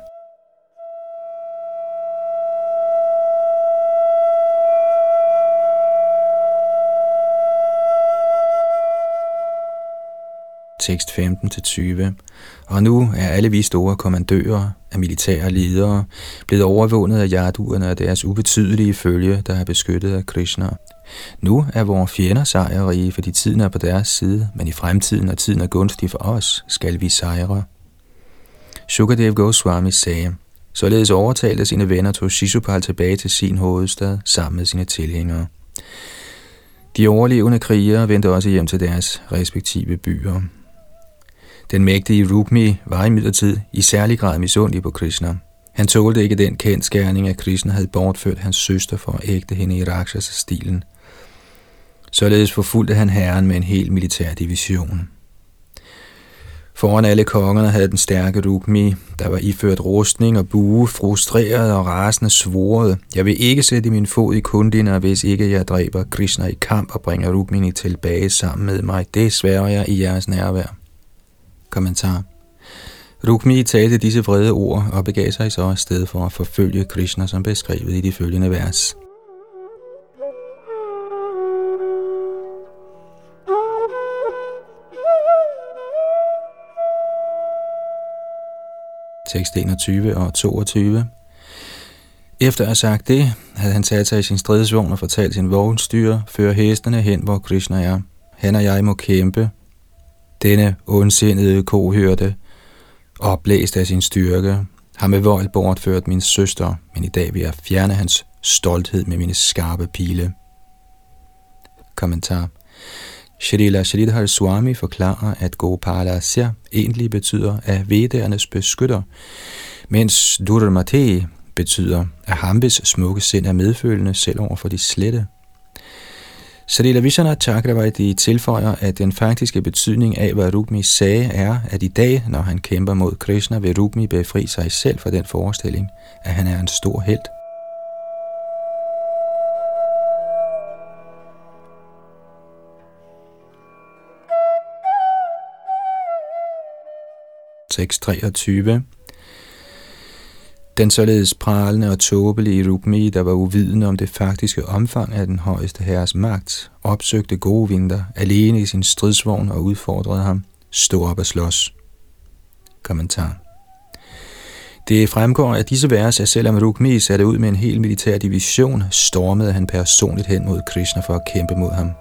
Tekst 15-20. Og nu er alle vi store kommandører af militære ledere blevet overvundet af yaduerne og deres ubetydelige følge, der er beskyttet af Krishna. Nu er vores fjender sejrrige, fordi tiden er på deres side, men i fremtiden, når tiden er gunstig for os, skal vi sejre. Shukadev Goswami sagde, således overtalte sine venner tog Shishupal tilbage til sin hovedstad sammen med sine tilhængere. De overlevende krigere vendte også hjem til deres respektive byer. Den mægtige Rukmi var imidlertid i særlig grad misundelig på Krishna. Han tålte ikke den kendsgerning, at Krishna havde bortført hans søster for at ægte hende i Rakshasa-stilen. Således forfulgte han herren med en hel militær division. Foran alle kongerne havde den stærke Rukmi, der var iført rustning og bue, frustreret og rasende svoret: jeg vil ikke sætte min fod i Kundina, hvis ikke jeg dræber Krishna i kamp og bringer Rukmini tilbage sammen med mig. Det sværger jeg i jeres nærvær. Kommentar. Rukmi talte disse vrede ord og begav sig så afsted for at forfølge Krishna, som beskrevet i de følgende vers. Tekst 21 og 22. Efter at have sagt det, havde han sat sig i sin stridsvogn og fortalt sin vognstyre: før hestene hen, hvor Krishna er. Han og jeg må kæmpe. Denne ondsindede kohørte, opblæst af sin styrke, har med vold bortført min søster, men i dag vil jeg fjerne hans stolthed med mine skarpe pile. Kommentar. Shrila Sridhar Swami forklarer, at Gopalasya egentlig betyder af vedernes beskytter, mens Durmate betyder at ham, hvis smukke sind er medfølende selv over for de slette. Srila Vishwanath Chakravarti tilføjer, at den faktiske betydning af, hvad Rukmi sagde, er, at i dag, når han kæmper mod Krishna, vil Rukmi befri sig selv fra den forestilling, at han er en stor helt. Tekst 23. Den således pralende og tåbelige Rukmi, der var uvidende om det faktiske omfang af den højeste herres magt, opsøgte Govinda alene i sin stridsvogn og udfordrede ham: stå op og slås. Kommentar. Det fremgår af disse vers, at selvom Rukmi satte ud med en hel militær division, stormede han personligt hen mod Krishna for at kæmpe mod ham.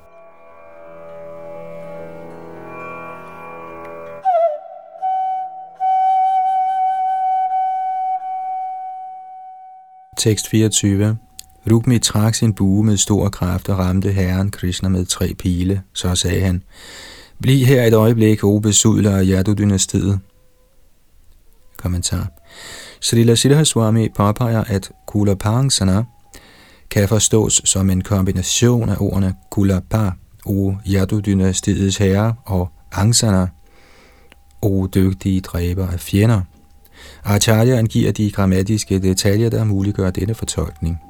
Tekst 24. Rukmi trak sin bue med stor kraft og ramte herren Krishna med 3 pile. Så sagde han: bliv her et øjeblik, o besudler af Yadu-dynastiet. Kommentar. Srila Sridhar Swami påpeger, at Kulapangsana kan forstås som en kombination af ordene Kulapa, o Yadu-dynastiets herre, og Angsana, o dygtige dræber af fjender. Acharya angiver de grammatiske detaljer, der muliggør denne fortolkning.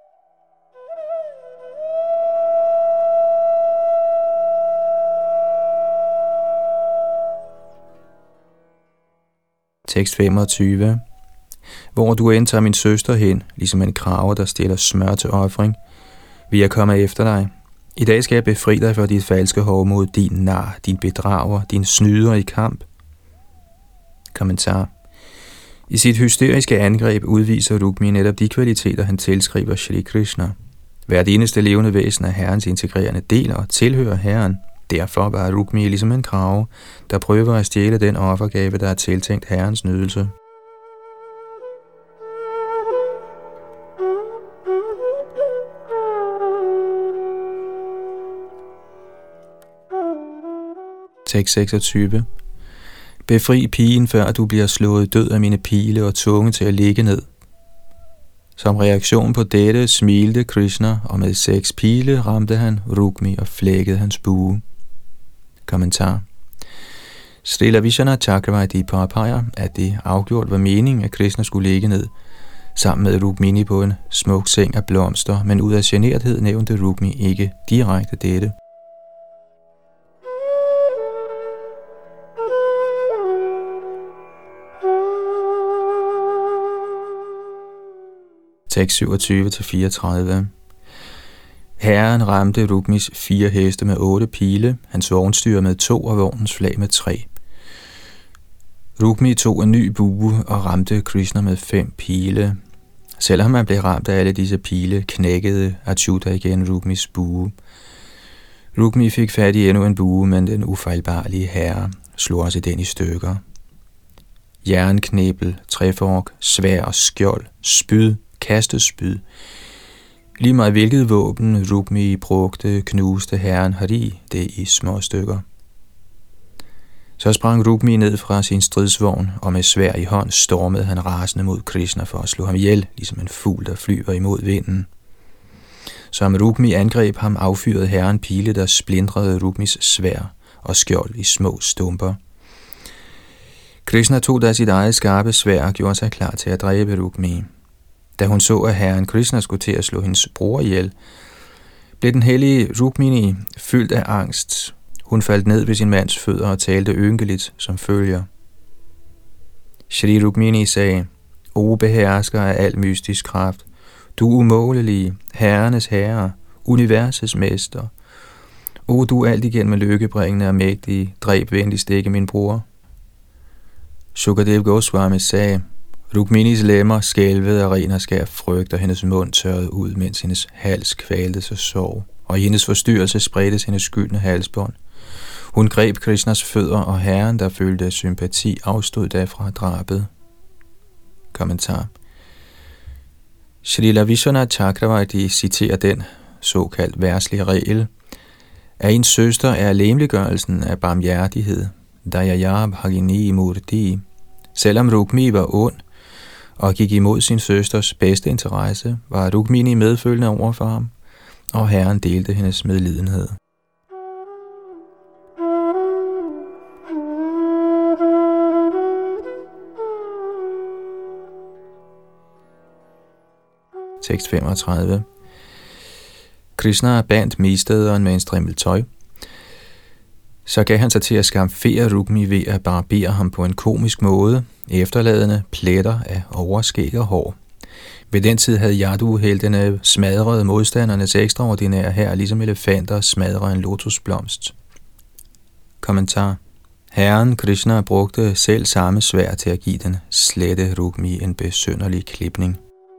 Tekst 25. Hvor du end tager min søster hen, ligesom en kraver, der stiller smør til ofring, vil jeg komme efter dig. I dag skal jeg befri dig for dit falske hovmod, din nar, din bedrager, din snyder i kamp. Kommentar. I sit hysteriske angreb udviser Rukmi netop de kvaliteter, han tilskriver Shri Krishna. Hvert eneste levende væsen er herrens integrerende del og tilhører herren. Derfor var Rukmi ligesom en krage, der prøver at stjæle den offergave, der er tiltænkt herrens nydelse. Tekst 26. Befri pigen, før du bliver slået død af mine pile og tvunget til at ligge ned. Som reaktion på dette smilte Krishna, og med 6 pile ramte han Rukmi og flækkede hans bue. Kommentar. Srila Vishwanath Chakravarti påpeger, at det afgjort var meningen, at Krishna skulle ligge ned sammen med Rukmini på en smuk seng af blomster, men ud af generthed nævnte Rukmi ikke direkte dette. Tekst 27-34. Herren ramte Rukmis 4 heste med 8 pile, hans vognstyre med 2 og vognens flag med 3. Rukmi tog en ny bue og ramte Krishna med 5 pile. Selvom han blev ramt af alle disse pile, knækkede Achyuta igen Rukmis bue. Rukmi fik fat i endnu en bue, men den ufejlbarlige herre slog også den i stykker. Jernknæbel, træfork, sværd og skjold, spyd, kastespyd. Lige meget hvilket våben Rukmi brugte, knuste herren Hari det i små stykker. Så sprang Rukmi ned fra sin stridsvogn, og med sværd i hånd stormede han rasende mod Krishna for at slå ham ihjel, ligesom en fugl, der flyver imod vinden. Som Rukmi angreb ham, affyrede herren pile, der splindrede Rukmis sværd og skjold i små stumper. Krishna tog da sit eget skarpe sværd og gjorde sig klar til at dræbe Rukmini. Da hun så, at herren Krishna skulle til at slå hendes bror ihjel, blev den hellige Rukmini fyldt af angst. Hun faldt ned ved sin mands fødder og talte ynkeligt som følger. Shri Rukmini sagde: O behersker af al mystisk kraft, du umålelige, herrenes herre, universets mester. O du alt igennem lykkebringende og mægtige, dræb venligst ikke min bror. Shukadev Goswami sagde: Rukminis lemmer skælvede af ren og skær frygt, og hendes mund tørrede ud, mens hendes hals kvaltes og sov, og i hendes forstyrrelse spredtes hendes skyldne halsbånd. Hun greb Krishnas fødder, og herren, der følte sympati, afstod da fra drabet. Kommentar. Srila Vishwanath Chakravarti citerer den såkaldt verslige regel, at en søster er lemliggørelsen af barmhjertighed, Dayaya Bhagini Murti. Selvom Rukmini var ond og gik imod sin søsters bedste interesse, var Rukmini medfølende over for ham, og herren delte hendes medlidenhed. Tekst 35. Krishna bandt misdæderen med en strimmel tøj. Så gav han sig til at skamfere Rukmini ved at barbere ham på en komisk måde, efterladende pletter af overskæg og hår. Ved den tid havde Yadu-heltene smadret modstandernes ekstraordinære hær, ligesom elefanter smadrer en lotusblomst. Kommentar. Herren Krishna brugte selv samme sværd til at give den slette Rukmini en besynderlig klipning.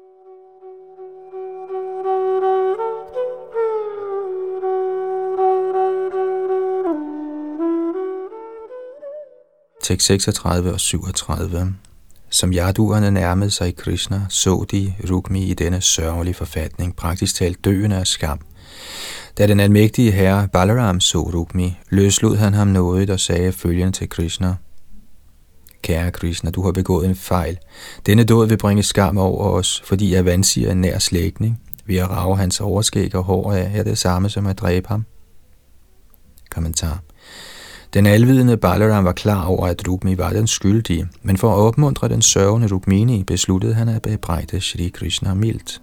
Tekst 36 og 37. Som yaduerne nærmede sig Krishna, så de Rukmini i denne sørgelige forfatning, praktisk talt døende af skam. Da den almægtige herre Balaram så Rukmini, løslod han ham nådigt og sagde følgende til Krishna: Kære Krishna, du har begået en fejl. Denne dåd vil bringe skam over os, fordi jeg vansiger en nær slægtning. Ved at rage hans overskæg og hår af er det samme som at dræbe ham. Kommentar. Den alvidende Balaram var klar over, at Rukmini var den skyldige, men for at opmuntre den sørgende Rukmini, besluttede han at bebrejde Shri Krishna mildt.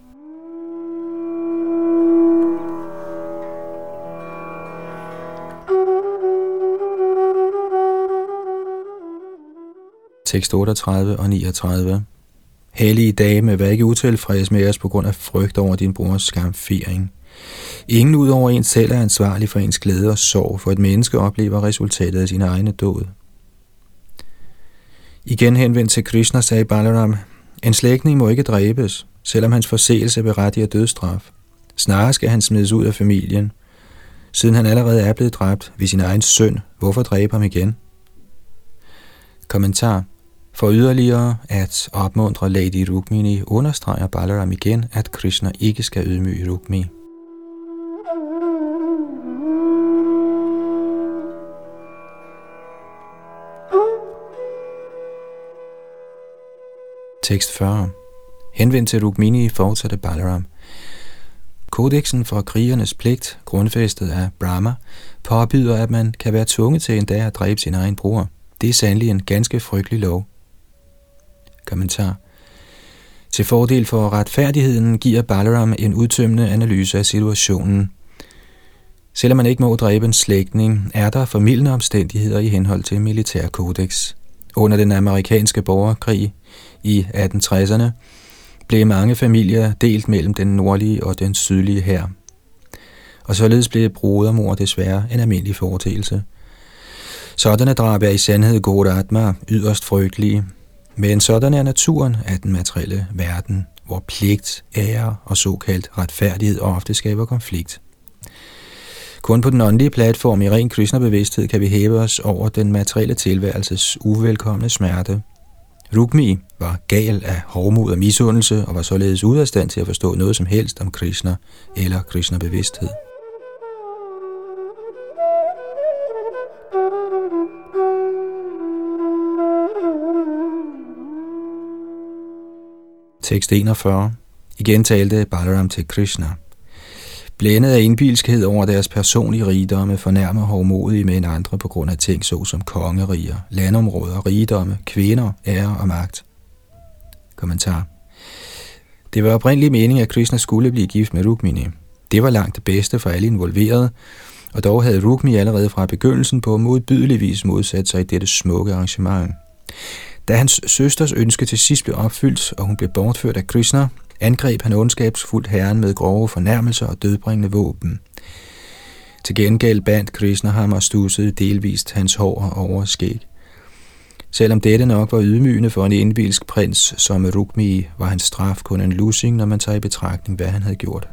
Tekst 38 og 39. Hellige dame, vær ikke utilfreds med os på grund af frygt over din brors skamfering. Ingen ud over en selv er ansvarlig for ens glæde og sorg, for et menneske oplever resultatet af sin egne død. Igen henvendt til Krishna sagde Balaram: En slægtning må ikke dræbes, selvom hans forseelse berettiger dødsstraf. Snarere skal han smides ud af familien. Siden han allerede er blevet dræbt ved sin egen søn, hvorfor dræbe ham igen? Kommentar. For yderligere at opmuntre Lady Rukmini understreger Balaram igen, at Krishna ikke skal ydmyge Rukmini. Tekst 40. Henvendt til Rukmini fortsatte Balaram: Kodexen for krigernes pligt, grundfæstet af Brahma, påbyder, at man kan være tvunget til en dag at dræbe sin egen bror. Det er sandelig en ganske frygtelig lov. Kommentar. Til fordel for retfærdigheden giver Balaram en udtømmende analyse af situationen. Selvom man ikke må dræbe en slægtning, er der formildende omstændigheder i henhold til militærkodex. Under den amerikanske borgerkrig i 1860'erne blev mange familier delt mellem den nordlige og den sydlige hær. Og således blev brodermord desværre en almindelig foreteelse. Sådanne drab er i sandhed Ghoratma yderst frygtelige, men sådan er naturen af den materielle verden, hvor pligt, ære og såkaldt retfærdighed ofte skaber konflikt. Kun på den åndelige platform i ren Krishna-bevidsthed kan vi hæve os over den materielle tilværelses uvelkomne smerte. Rukmini var gal af hovmod og misundelse og var således ude af stand til at forstå noget som helst om Krishna eller Krishna-bevidsthed. Tekst 41. Igen talte Balaram til Krishna: Blændet af indbilskhed over deres personlige rigdomme fornærmer hovmodige med en andre på grund af ting såsom kongeriger, landområder, rigdomme, kvinder, ære og magt. Kommentar. Det var oprindelig meningen, at Krishna skulle blive gift med Rukmini. Det var langt det bedste for alle involverede, og dog havde Rukmini allerede fra begyndelsen på modbydelig vis modsat sig i dette smukke arrangement. Da hans søsters ønske til sidst blev opfyldt, og hun blev bortført af Krishna, angreb han ondskabsfuldt herren med grove fornærmelser og dødbringende våben. Til gengæld bandt Krishna ham og studsede delvist hans hår og overskæg. Selvom dette nok var ydmygende for en indbilsk prins som Rukmini, var hans straf kun en lussing, når man tager i betragtning, hvad han havde gjort.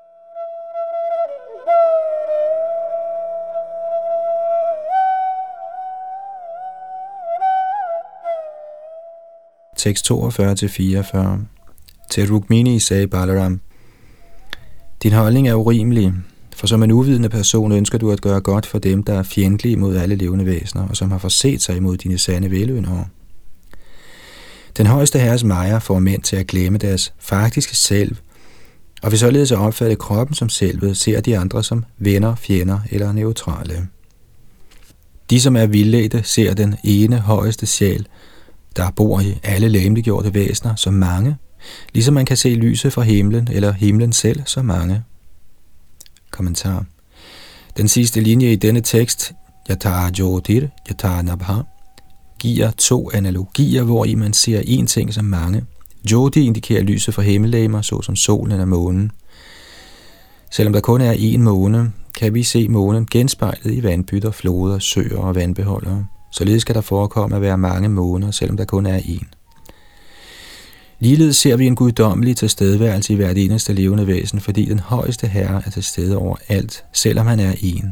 Tekst 42-44. Til Rukmini sagde Balaram: Din holdning er urimelig, for som en uvidende person ønsker du at gøre godt for dem, der er fjendtlige mod alle levende væsener, og som har forset sig imod dine sande velønere. Den højeste herres Maya får mænd til at glemme deres faktiske selv, og vil således at opfatte kroppen som selvet, ser de andre som venner, fjender eller neutrale. De, som er vildledte, ser den ene højeste sjæl, der bor i alle legemliggjorte væsener, som mange, ligesom man kan se lyset fra himlen eller himlen selv som mange. Kommentar. Den sidste linje i denne tekst, Yatha Jyotir, Yatha Nabha, giver to analogier, hvor i man ser én ting som mange. Jyoti indikerer lyset fra himmellegemer, såsom solen eller månen. Selvom der kun er én måne, kan vi se månen genspejlet i vandbytter, floder, søer og vandbeholdere. Således skal der forekomme at være mange måner, selvom der kun er én. Ligeledes ser vi en guddommelig tilstedeværelse i hvert eneste levende væsen, fordi den højeste herre er til stede over alt, selvom han er én.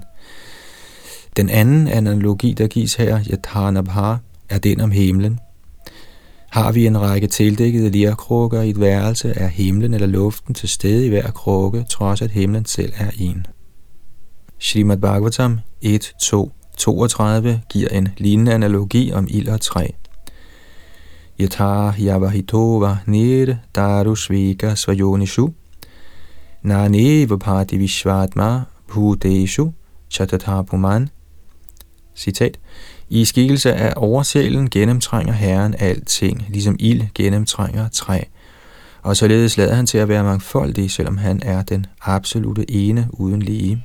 Den anden analogi, der gives her, Yatha Nabha, er den om himlen. Har vi en række tildækkede lerkrukker i et værelse, er himlen eller luften til stede i hver krukke, trods at himlen selv er én. Srimad Bhagavatam 1.2.32 giver en lignende analogi om ild og træ. Yatha yavahitova nir darushvika svayonishu nane vapati vishvatma bhuteshu chatatapuman. Citat. I skikkelse af oversælen gennemtrænger Herren alting, ligesom ild gennemtrænger træ, og således lader han til at være mangfoldig, selvom han er den absolute ene uden lige.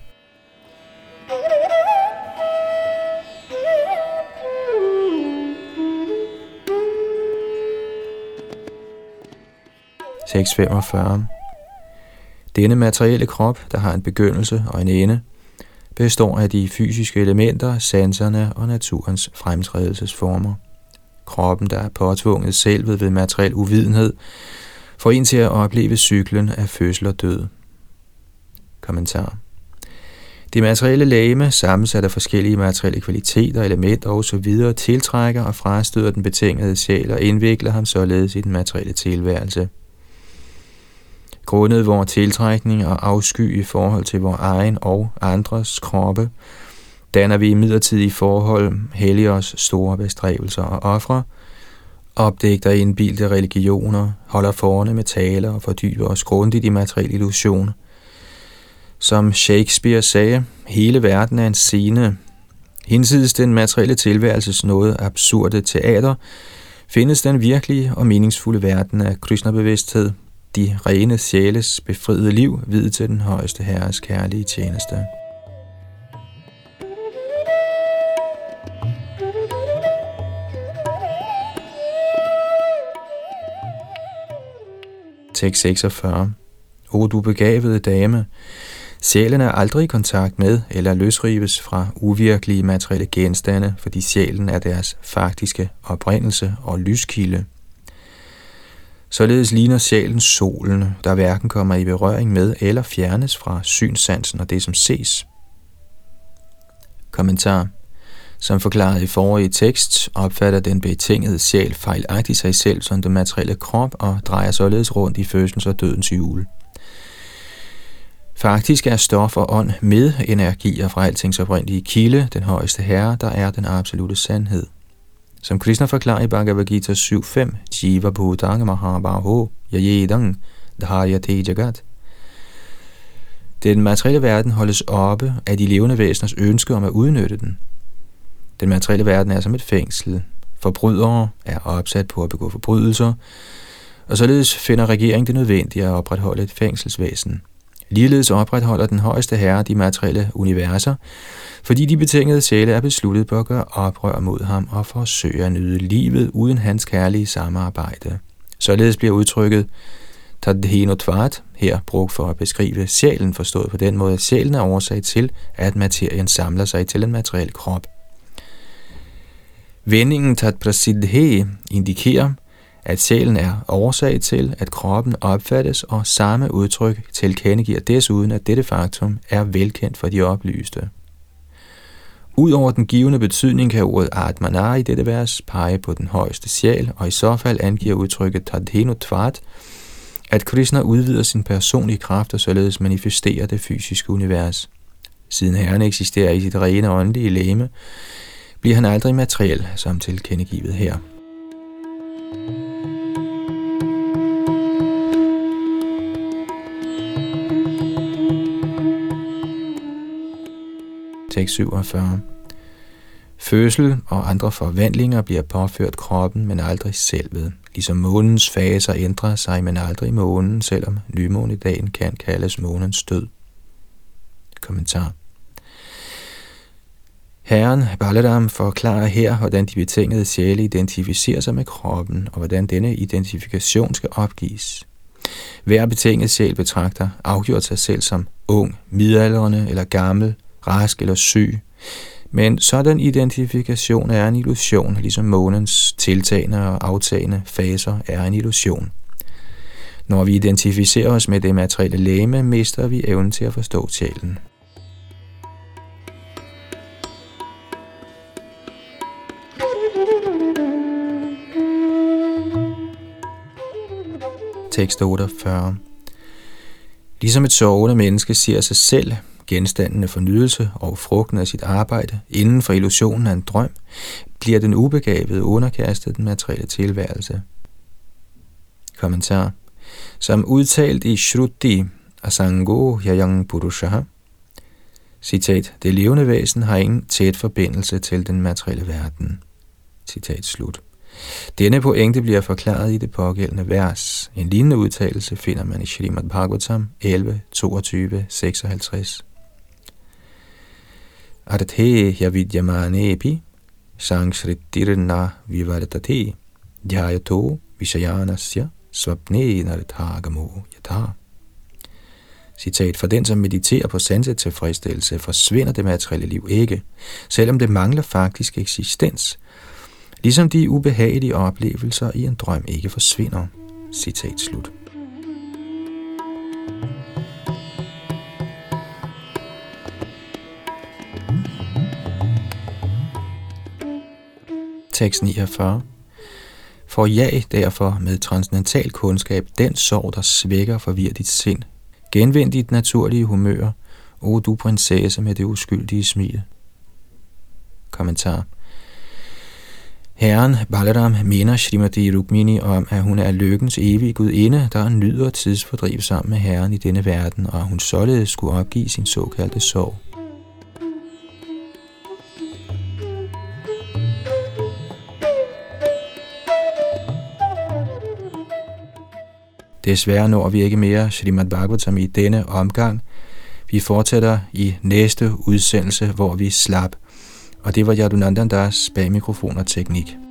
Tekst 45. Denne materielle krop, der har en begyndelse og en ende, består af de fysiske elementer, sanserne og naturens fremtrædelsesformer. Kroppen, der er påtvunget selvet ved materiel uvidenhed, får en til at opleve cyklen af fødsel og død. Kommentar. Det materielle legeme, sammensat af forskellige materielle kvaliteter, elementer osv., tiltrækker og frastøder den betingede sjæl og indvikler ham således i den materielle tilværelse. Grundet vor tiltrækning og afsky i forhold til vor egen og andres kroppe, danner vi i midlertidige forhold hellige os store bestræbelser og ofre, opdægter indbildte religioner, holder forne med taler og fordyber os grundigt i materiel illusion. Som Shakespeare sagde, hele verden er en scene. Hinsides den materielle tilværelses noget absurde teater, findes den virkelige og meningsfulde verden af Krishna-bevidsthed, de rene sjæles befriede liv, videt til den højeste herres kærlige tjeneste. Tekst 46. O du begavede dame, sjælen er aldrig i kontakt med eller løsrives fra uvirkelige materielle genstande, fordi sjælen er deres faktiske oprindelse og lyskilde. Således ligner sjælen solen, der hverken kommer i berøring med eller fjernes fra synssansen og det, som ses. Kommentar. Som forklaret i forrige tekst, opfatter den betingede sjæl fejlagtigt sig selv som den materielle krop og drejer således rundt i fødselens og dødens hjul. Faktisk er stof og ånd med energier fra altings oprindelige kilde, den højeste herre, der er den absolute sandhed. Som Krishna forklarer i Bhagavad Gita 7.5, Jiva Bhutanga Mahabaho Yayedang Dharyate Jagat. Den materielle verden holdes oppe af de levende væseners ønske om at udnytte den. Den materielle verden er som et fængsel. Forbrydere er opsat på at begå forbrydelser, og således finder regeringen det nødvendigt at opretholde et fængselsvæsen. Ligeledes opretholder den højeste herre de materielle universer, fordi de betingede sjæle er besluttet på at gøre oprør mod ham og forsøge at nyde livet uden hans kærlige samarbejde. Således bliver udtrykket Tadhenotvat her brugt for at beskrive sjælen, forstået på den måde, at sjælen er årsag til, at materien samler sig til en materiel krop. Vendingen Tat Prasidhe indikerer, at sjælen er årsag til, at kroppen opfattes, og samme udtryk tilkendegiver desuden, at dette faktum er velkendt for de oplyste. Udover den givende betydning kan ordet Atmana i dette vers pege på den højeste sjæl, og i så fald angiver udtrykket Tadhenotvat, at Krishna udvider sin personlige kraft og således manifesterer det fysiske univers. Siden Herren eksisterer i sit rene åndelige legeme, bliver han aldrig materiel, som tilkendegivet her. Tekst 47. Fødsel og andre forvandlinger bliver påført kroppen, men aldrig selvet. Ligesom månens faser ændrer sig, men aldrig månen, selvom nymånedagen kan kaldes månens død. Kommentar. Herren Balaram forklarer her, hvordan de betingede sjæle identificerer sig med kroppen, og hvordan denne identifikation skal opgives. Hver betinget sjæl betragter afgjort sig selv som ung, midaldrende eller gammel, rask eller syg. Men sådan identifikation er en illusion, ligesom månens tiltagende og aftagende faser er en illusion. Når vi identificerer os med det materielle legeme, mister vi evnen til at forstå sjælen. Tekst 48. Ligesom et sovende menneske ser sig selv, genstanden af fornydelse og frugten af sit arbejde, inden for illusionen af en drøm, bliver den ubegavede underkastet den materielle tilværelse. Kommentar. Som udtalt i Shruti Asango Yayang Purushaha, citat, det levende væsen har ingen tæt forbindelse til den materielle verden. Citat slut. Denne pointe bliver forklaret i det pågældende vers. En lignende udtalelse finder man i Srimad Bhagavatam 11, 22, 56. Arthe yavidyamanepi sangsritirna vivartate dhyayato vishayanasya svapne narthagamo yatha. Citat, for den, som mediterer på sanselig tilfredsstillelse, forsvinder det materielle liv ikke, selvom det mangler faktisk eksistens, ligesom de ubehagelige oplevelser i en drøm ikke forsvinder. Citat slut. Tekst 49. For jag derfor med transcendental kundskab den sorg, der svækker og forvirrer dit sind. Genvind dit naturlige humør, o du prinsesse med det uskyldige smil. Kommentar. Herren Balaram minder Srimati Rukmini om, at hun er lykkens evige gudinde, der nyder tidsfordriv sammen med Herren i denne verden, og hun således skulle opgive sin såkaldte sorg. Desværre når vi ikke mere Srimad Bhagavatam i denne omgang. Vi fortsætter i næste udsendelse, hvor vi slap. Og det var Yadunandan Das bag mikrofon og teknik.